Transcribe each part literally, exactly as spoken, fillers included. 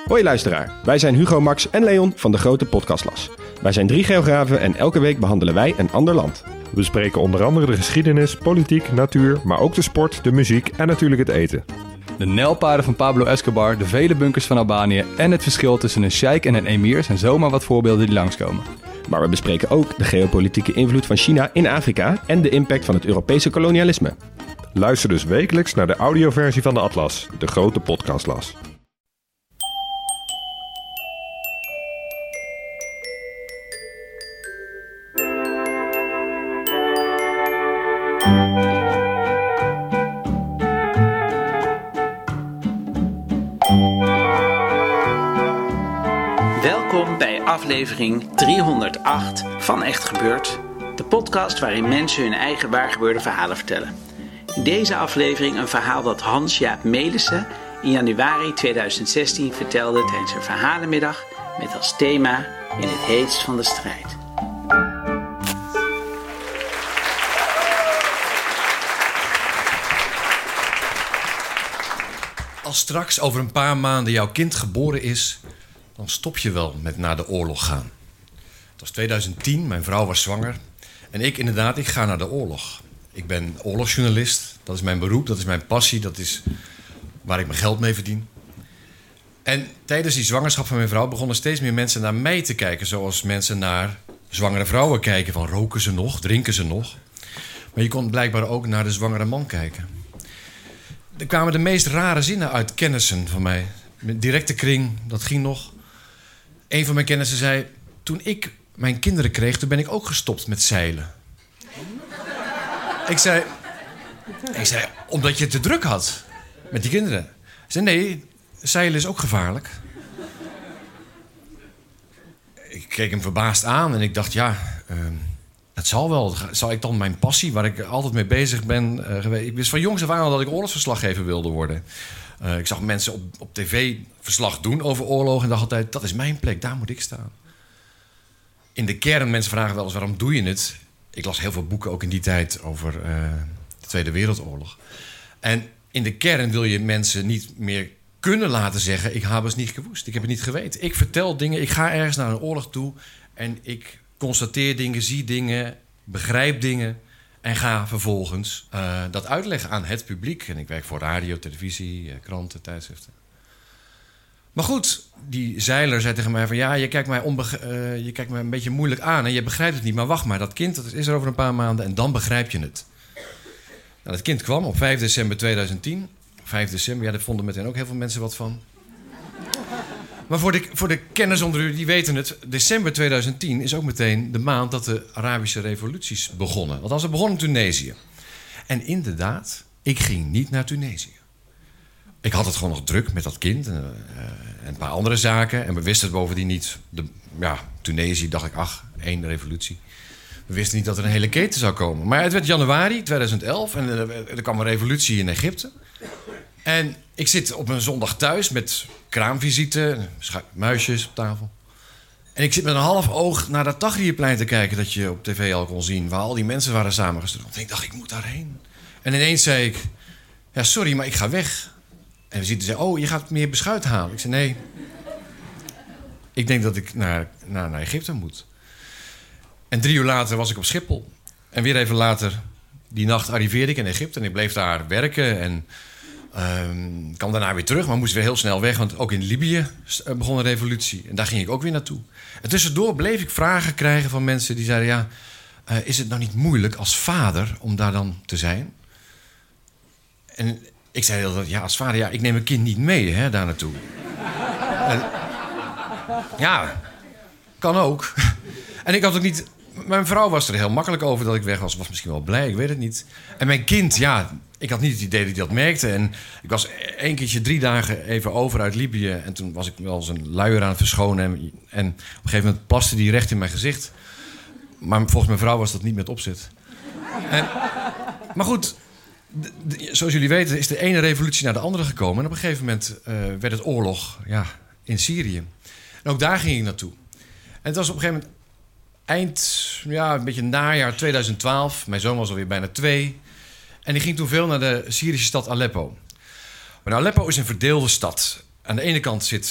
Hoi luisteraar, wij zijn Hugo, Max en Leon van de Grote Podcastlas. Wij zijn drie geografen en elke week behandelen wij een ander land. We bespreken onder andere de geschiedenis, politiek, natuur, maar ook de sport, de muziek en natuurlijk het eten. De nijlpaarden van Pablo Escobar, de vele bunkers van Albanië en het verschil tussen een sheik en een emir zijn zomaar wat voorbeelden die langskomen. Maar we bespreken ook de geopolitieke invloed van China in Afrika en de impact van het Europese kolonialisme. Luister dus wekelijks naar de audioversie van de Atlas, de Grote Podcastlas. Welkom bij aflevering driehonderdacht van Echt Gebeurd, de podcast waarin mensen hun eigen waargebeurde verhalen vertellen. In deze aflevering een verhaal dat Hans-Jaap Melissen in januari tweeduizend zestien vertelde tijdens een verhalenmiddag met als thema In het heetst van de strijd. Als straks over een paar maanden jouw kind geboren is, dan stop je wel met naar de oorlog gaan. Het was tweeduizend tien, mijn vrouw was zwanger. En ik inderdaad, ik ga naar de oorlog. Ik ben oorlogsjournalist, dat is mijn beroep, dat is mijn passie, dat is waar ik mijn geld mee verdien. En tijdens die zwangerschap van mijn vrouw begonnen steeds meer mensen naar mij te kijken, zoals mensen naar zwangere vrouwen kijken, van roken ze nog, drinken ze nog. Maar je kon blijkbaar ook naar de zwangere man kijken. Er kwamen de meest rare zinnen uit kennissen van mij. Mijn directe kring, dat ging nog. Een van mijn kennissen zei, toen ik mijn kinderen kreeg, toen ben ik ook gestopt met zeilen. ik zei, ik zei, omdat je het te druk had met die kinderen. Ik zei, nee, zeilen is ook gevaarlijk. Ik keek hem verbaasd aan en ik dacht, ja, uh, het zal wel. Zal ik dan mijn passie, waar ik altijd mee bezig ben uh, geweest... Ik wist van jongs af aan al dat ik oorlogsverslaggever wilde worden. Uh, ik zag mensen op, op tv verslag doen over oorlog en dacht altijd, dat is mijn plek, daar moet ik staan. In de kern, mensen vragen wel eens, waarom doe je het? Ik las heel veel boeken, ook in die tijd, over uh, de Tweede Wereldoorlog. En in de kern wil je mensen niet meer kunnen laten zeggen, ik heb het niet gewoest, ik heb het niet geweten. Ik vertel dingen, ik ga ergens naar een oorlog toe en ik constateer dingen, zie dingen, begrijp dingen en ga vervolgens uh, dat uitleggen aan het publiek. En ik werk voor radio, televisie, kranten, tijdschriften. Maar goed, die zeiler zei tegen mij van, ja, je kijkt mij, onbeg- uh, je kijkt mij een beetje moeilijk aan en je begrijpt het niet. Maar wacht maar, dat kind dat is er over een paar maanden en dan begrijp je het. Nou, dat kind kwam op vijf december tweeduizend tien. vijf december, ja, daar vonden meteen ook heel veel mensen wat van. Maar voor de, voor de kenners onder u, die weten het, december tweeduizend tien is ook meteen de maand dat de Arabische revoluties begonnen. Want als het begon in Tunesië. En inderdaad, ik ging niet naar Tunesië. Ik had het gewoon nog druk met dat kind en, uh, en een paar andere zaken. En we wisten het bovendien niet. De, ja, Tunesië, dacht ik, ach, één revolutie. We wisten niet dat er een hele keten zou komen. Maar het werd januari tweeduizend elf en er, er kwam een revolutie in Egypte. En ik zit op een zondag thuis met kraamvisite, muisjes op tafel. En ik zit met een half oog naar dat Tahrirplein te kijken dat je op tv al kon zien, waar al die mensen waren samengestroomd. En ik dacht, ik moet daarheen. En ineens zei ik, ja, sorry, maar ik ga weg. En de visite zei, oh, je gaat meer beschuit halen. Ik zei, nee, ik denk dat ik naar, naar, naar Egypte moet. En drie uur later was ik op Schiphol. En weer even later, die nacht arriveerde ik in Egypte en ik bleef daar werken en... Um, kwam daarna weer terug, maar moest weer heel snel weg. Want ook in Libië begon een revolutie. En daar ging ik ook weer naartoe. En tussendoor bleef ik vragen krijgen van mensen die zeiden... ja, uh, is het nou niet moeilijk als vader om daar dan te zijn? En ik zei heel dat, ja, als vader, ja, ik neem mijn kind niet mee, hè, daar naartoe. en, ja, kan ook. en ik had ook niet... Mijn vrouw was er heel makkelijk over dat ik weg was. Was misschien wel blij, ik weet het niet. En mijn kind, ja... Ik had niet het idee dat hij dat merkte. En ik was één keertje drie dagen even over uit Libië. En toen was ik wel eens een luier aan het verschonen. En, en op een gegeven moment plaste die recht in mijn gezicht. Maar volgens mijn vrouw was dat niet met opzet. En, maar goed, de, de, zoals jullie weten is de ene revolutie naar de andere gekomen. En op een gegeven moment uh, werd het oorlog ja, in Syrië. En ook daar ging ik naartoe. En het was op een gegeven moment eind, ja, een beetje najaar tweeduizend twaalf. Mijn zoon was alweer bijna twee. En ik ging toen veel naar de Syrische stad Aleppo. Maar Aleppo is een verdeelde stad. Aan de ene kant zit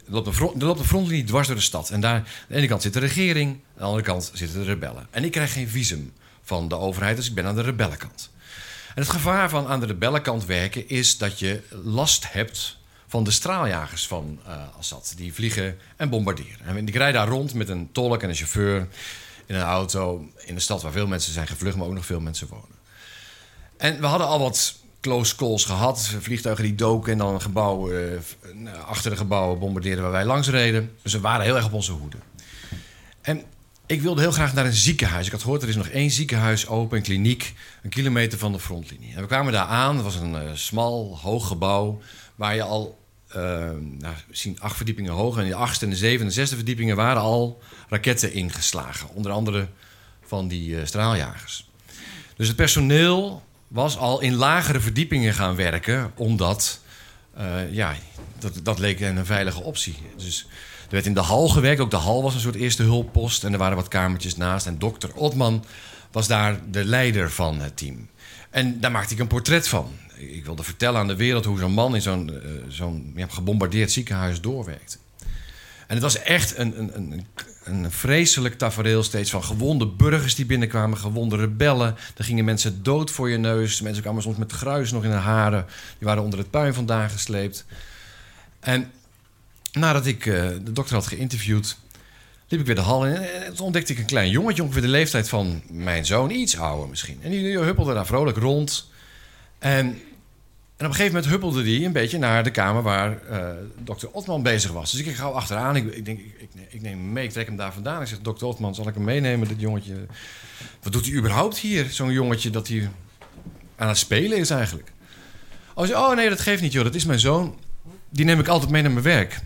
er loopt, een front, er loopt een frontlinie dwars door de stad. En daar, aan de ene kant zit de regering, aan de andere kant zitten de rebellen. En ik krijg geen visum van de overheid, dus ik ben aan de rebellenkant. En het gevaar van aan de rebellenkant werken is dat je last hebt van de straaljagers van uh, Assad. Die vliegen en bombarderen. En ik rijd daar rond met een tolk en een chauffeur in een auto in een stad waar veel mensen zijn gevlucht, maar ook nog veel mensen wonen. En we hadden al wat close calls gehad. Vliegtuigen die doken en dan een gebouw, uh, achter de gebouwen bombardeerden waar wij langs reden. Dus we waren heel erg op onze hoede. En ik wilde heel graag naar een ziekenhuis. Ik had gehoord, er is nog één ziekenhuis open, een kliniek, een kilometer van de frontlinie. En we kwamen daar aan. Het was een uh, smal, hoog gebouw waar je al uh, nou, misschien acht verdiepingen hoog. En in de achtste en de zevende en de zesde verdiepingen waren al raketten ingeslagen. Onder andere van die uh, straaljagers. Dus het personeel was al in lagere verdiepingen gaan werken, omdat uh, ja, dat, dat leek een veilige optie. Dus er werd in de hal gewerkt. Ook de hal was een soort eerste hulppost. En er waren wat kamertjes naast. En dokter Otman was daar de leider van het team. En daar maakte ik een portret van. Ik wilde vertellen aan de wereld hoe zo'n man in zo'n, uh, zo'n ja, gebombardeerd ziekenhuis doorwerkte. En het was echt een, een, een, een vreselijk tafereel steeds van gewonde burgers die binnenkwamen, gewonde rebellen. Er gingen mensen dood voor je neus. Mensen kwamen soms met gruis nog in hun haren. Die waren onder het puin vandaan gesleept. En nadat ik uh, de dokter had geïnterviewd, liep ik weer de hal in. En toen ontdekte ik een klein jongetje, ongeveer de leeftijd van mijn zoon, iets ouder misschien. En die huppelde daar vrolijk rond. En, en op een gegeven moment huppelde die een beetje naar de kamer waar uh, dokter Otman bezig was. Dus ik ging gauw achteraan. Ik, ik denk, ik, ik, ik neem hem mee, ik trek hem daar vandaan. Ik zeg, dokter Otman, zal ik hem meenemen, dit jongetje? Wat doet hij überhaupt hier, zo'n jongetje, dat hij aan het spelen is eigenlijk? Oh, zei, oh nee, dat geeft niet, joh. Dat is mijn zoon. Die neem ik altijd mee naar mijn werk.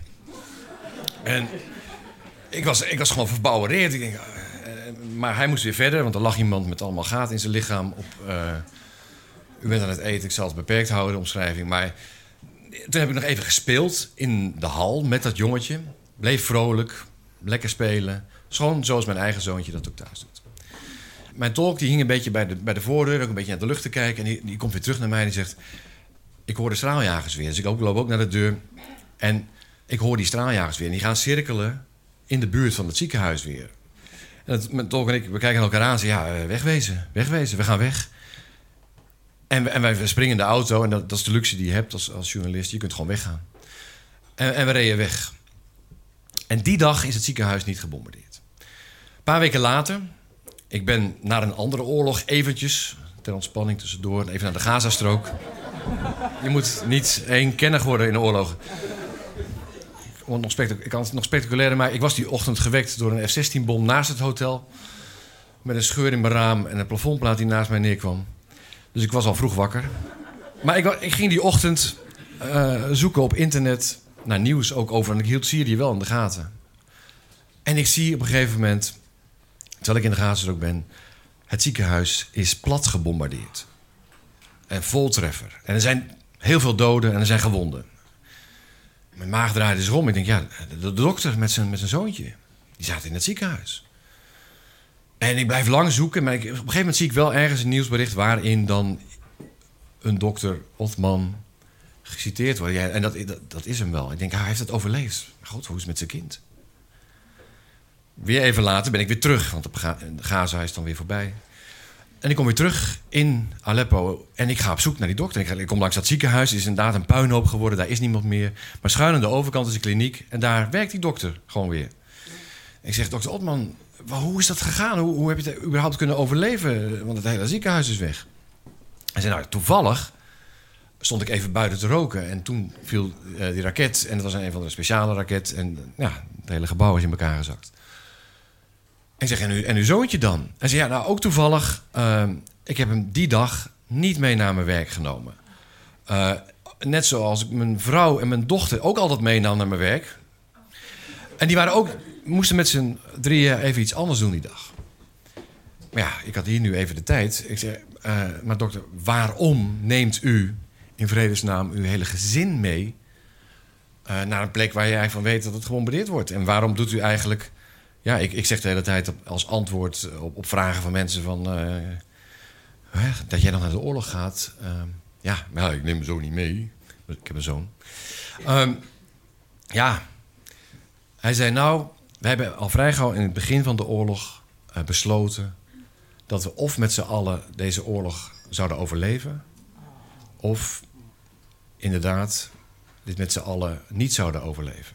En ik was, ik was gewoon verbouwereerd. Ik denk, uh, maar hij moest weer verder, want er lag iemand met allemaal gaten in zijn lichaam op. Uh, u bent aan het eten, ik zal het beperkt houden, de omschrijving. Maar toen heb ik nog even gespeeld in de hal met dat jongetje. Bleef vrolijk, lekker spelen. Gewoon zoals mijn eigen zoontje dat ook thuis doet. Mijn tolk die hing een beetje bij de, bij de voordeur, ook een beetje naar de lucht te kijken. En die, die komt weer terug naar mij en die zegt, ik hoor de straaljagers weer. Dus ik loop ook naar de deur. En ik hoor die straaljagers weer. En die gaan cirkelen in de buurt van het ziekenhuis weer. En het, mijn tolk en ik, we kijken elkaar aan en zeggen, ja, wegwezen, wegwezen, we gaan weg. En, we, en wij springen in de auto. En dat, dat is de luxe die je hebt als, als journalist. Je kunt gewoon weggaan. En, en we reden weg. En die dag is het ziekenhuis niet gebombardeerd. Een paar weken later, ik ben naar een andere oorlog eventjes, ter ontspanning tussendoor, even naar de Gazastrook. Je moet niet eenkennig worden in de oorlog. Nog spectac- ik kan het nog spectaculairder maken. Ik was die ochtend gewekt door een F zestien bom naast het hotel. Met een scheur in mijn raam en een plafondplaat die naast mij neerkwam. Dus ik was al vroeg wakker. Maar ik, ik ging die ochtend uh, zoeken op internet naar nieuws ook over. En ik hield Syrië wel in de gaten. En ik zie op een gegeven moment, terwijl ik in de Gazastrook ben, het ziekenhuis is plat gebombardeerd. En voltreffer. En er zijn heel veel doden en er zijn gewonden. Mijn maag draaide dus om. Ik denk, ja, de, de dokter met zijn, met zijn zoontje, die zaten in het ziekenhuis. En ik blijf lang zoeken, maar ik, op een gegeven moment zie ik wel ergens een nieuwsbericht waarin dan een dokter Otman geciteerd wordt. Ja, en dat, dat, dat is hem wel. Ik denk, hij heeft het overleefd. God, hoe is het met zijn kind? Weer even later ben ik weer terug, want op Gaza is dan weer voorbij. En ik kom weer terug in Aleppo en ik ga op zoek naar die dokter. Ik, ga, ik kom langs dat ziekenhuis, het is inderdaad een puinhoop geworden, daar is niemand meer. Maar schuin aan de overkant is een kliniek en daar werkt die dokter gewoon weer. Ik zeg, dokter Otman, hoe is dat gegaan? Hoe, hoe heb je het überhaupt kunnen overleven? Want het hele ziekenhuis is weg. Hij zei, nou, toevallig stond ik even buiten te roken. En toen viel uh, die raket, en het was een van de speciale raket. En ja, het hele gebouw is in elkaar gezakt. En ik zeg, en, u, en uw zoontje dan? Hij zei, ja, nou, ook toevallig. Uh, ik heb hem die dag niet mee naar mijn werk genomen. Uh, net zoals ik mijn vrouw en mijn dochter ook altijd meenam naar mijn werk. En die waren ook, moesten met z'n drieën even iets anders doen die dag. Maar ja, ik had hier nu even de tijd. Ik zei, uh, maar dokter, waarom neemt u in vredesnaam uw hele gezin mee uh, naar een plek waar je eigenlijk van weet dat het gebombardeerd wordt? En waarom doet u eigenlijk... Ja, ik, ik zeg de hele tijd als antwoord op, op vragen van mensen van... Uh, hè, dat jij dan naar de oorlog gaat. Uh, ja, maar ik neem mijn zoon niet mee. Ik heb een zoon. Um, ja, Hij zei, nou, we hebben al vrij gauw in het begin van de oorlog uh, besloten... dat we of met z'n allen deze oorlog zouden overleven... of inderdaad dit met z'n allen niet zouden overleven.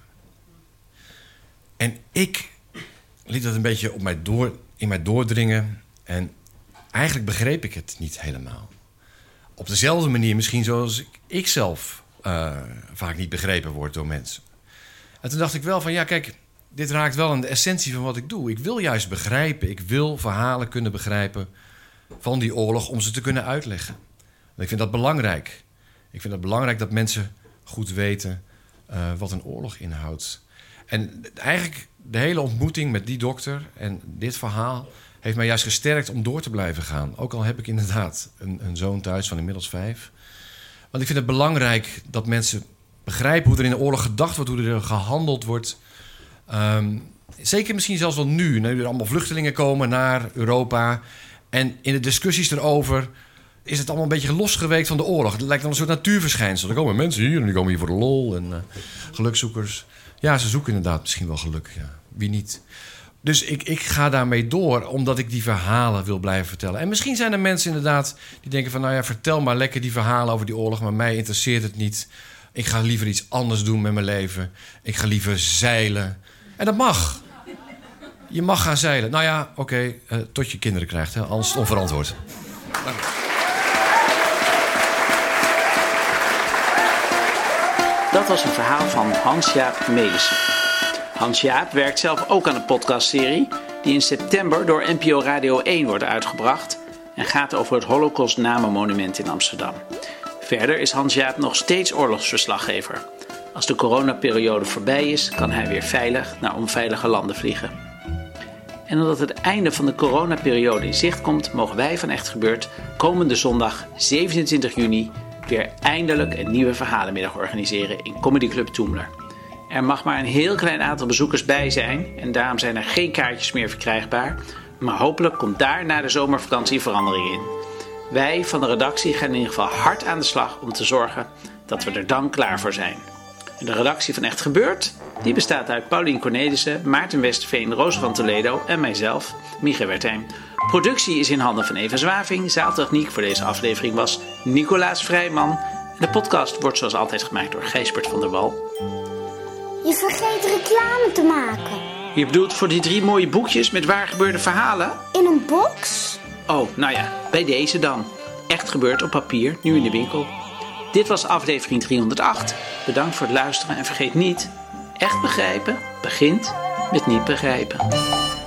En ik liet dat een beetje op mij door, in mij doordringen... en eigenlijk begreep ik het niet helemaal. Op dezelfde manier misschien zoals ik, ik zelf uh, vaak niet begrepen word door mensen. En toen dacht ik wel van, ja kijk, dit raakt wel aan de essentie van wat ik doe. Ik wil juist begrijpen, ik wil verhalen kunnen begrijpen van die oorlog... om ze te kunnen uitleggen. En ik vind dat belangrijk. Ik vind het belangrijk dat mensen goed weten uh, wat een oorlog inhoudt. En eigenlijk de hele ontmoeting met die dokter en dit verhaal... heeft mij juist gesterkt om door te blijven gaan. Ook al heb ik inderdaad een, een zoon thuis van inmiddels vijf. Want ik vind het belangrijk dat mensen begrijpen... hoe er in de oorlog gedacht wordt, hoe er gehandeld wordt. Um, zeker misschien zelfs wel nu, nu er allemaal vluchtelingen komen naar Europa... en in de discussies erover is het allemaal een beetje losgeweekt van de oorlog. Het lijkt dan een soort natuurverschijnsel. Er komen mensen hier en die komen hier voor de lol en uh, gelukzoekers. Ja, ze zoeken inderdaad misschien wel geluk. Ja. Wie niet? Dus ik, ik ga daarmee door, omdat ik die verhalen wil blijven vertellen. En misschien zijn er mensen inderdaad die denken van... nou ja, vertel maar lekker die verhalen over die oorlog... maar mij interesseert het niet. Ik ga liever iets anders doen met mijn leven. Ik ga liever zeilen. En dat mag. Je mag gaan zeilen. Nou ja, oké, okay, uh, tot je kinderen krijgt, hè, anders is het onverantwoord. Dank u. Dat was een verhaal van Hans-Jaap Melissen. Hans-Jaap werkt zelf ook aan een podcastserie... die in september door N P O Radio één wordt uitgebracht... en gaat over het Holocaust-namenmonument in Amsterdam. Verder is Hans-Jaap nog steeds oorlogsverslaggever. Als de coronaperiode voorbij is, kan hij weer veilig naar onveilige landen vliegen. En omdat het einde van de coronaperiode in zicht komt... mogen wij van Echt Gebeurd komende zondag zevenentwintig juni... weer eindelijk een nieuwe verhalenmiddag organiseren in Comedy Club Toemler. Er mag maar een heel klein aantal bezoekers bij zijn... en daarom zijn er geen kaartjes meer verkrijgbaar... maar hopelijk komt daar na de zomervakantie verandering in. Wij van de redactie gaan in ieder geval hard aan de slag... om te zorgen dat we er dan klaar voor zijn. En de redactie van Echt Gebeurd... die bestaat uit Paulien Cornelissen, Maarten Westerveen, Roos van Toledo... en mijzelf, Micha Wertheim. Productie is in handen van Eva Zwaving. Zaaltechniek voor deze aflevering was Nicolaas Vrijman. En de podcast wordt zoals altijd gemaakt door Gijsbert van der Wal. Je vergeet reclame te maken. Je bedoelt voor die drie mooie boekjes met waar gebeurde verhalen? In een box? Oh, nou ja, bij deze dan. Echt Gebeurd op papier, nu in de winkel. Dit was aflevering driehonderdacht. Bedankt voor het luisteren en vergeet niet... echt begrijpen begint met niet begrijpen.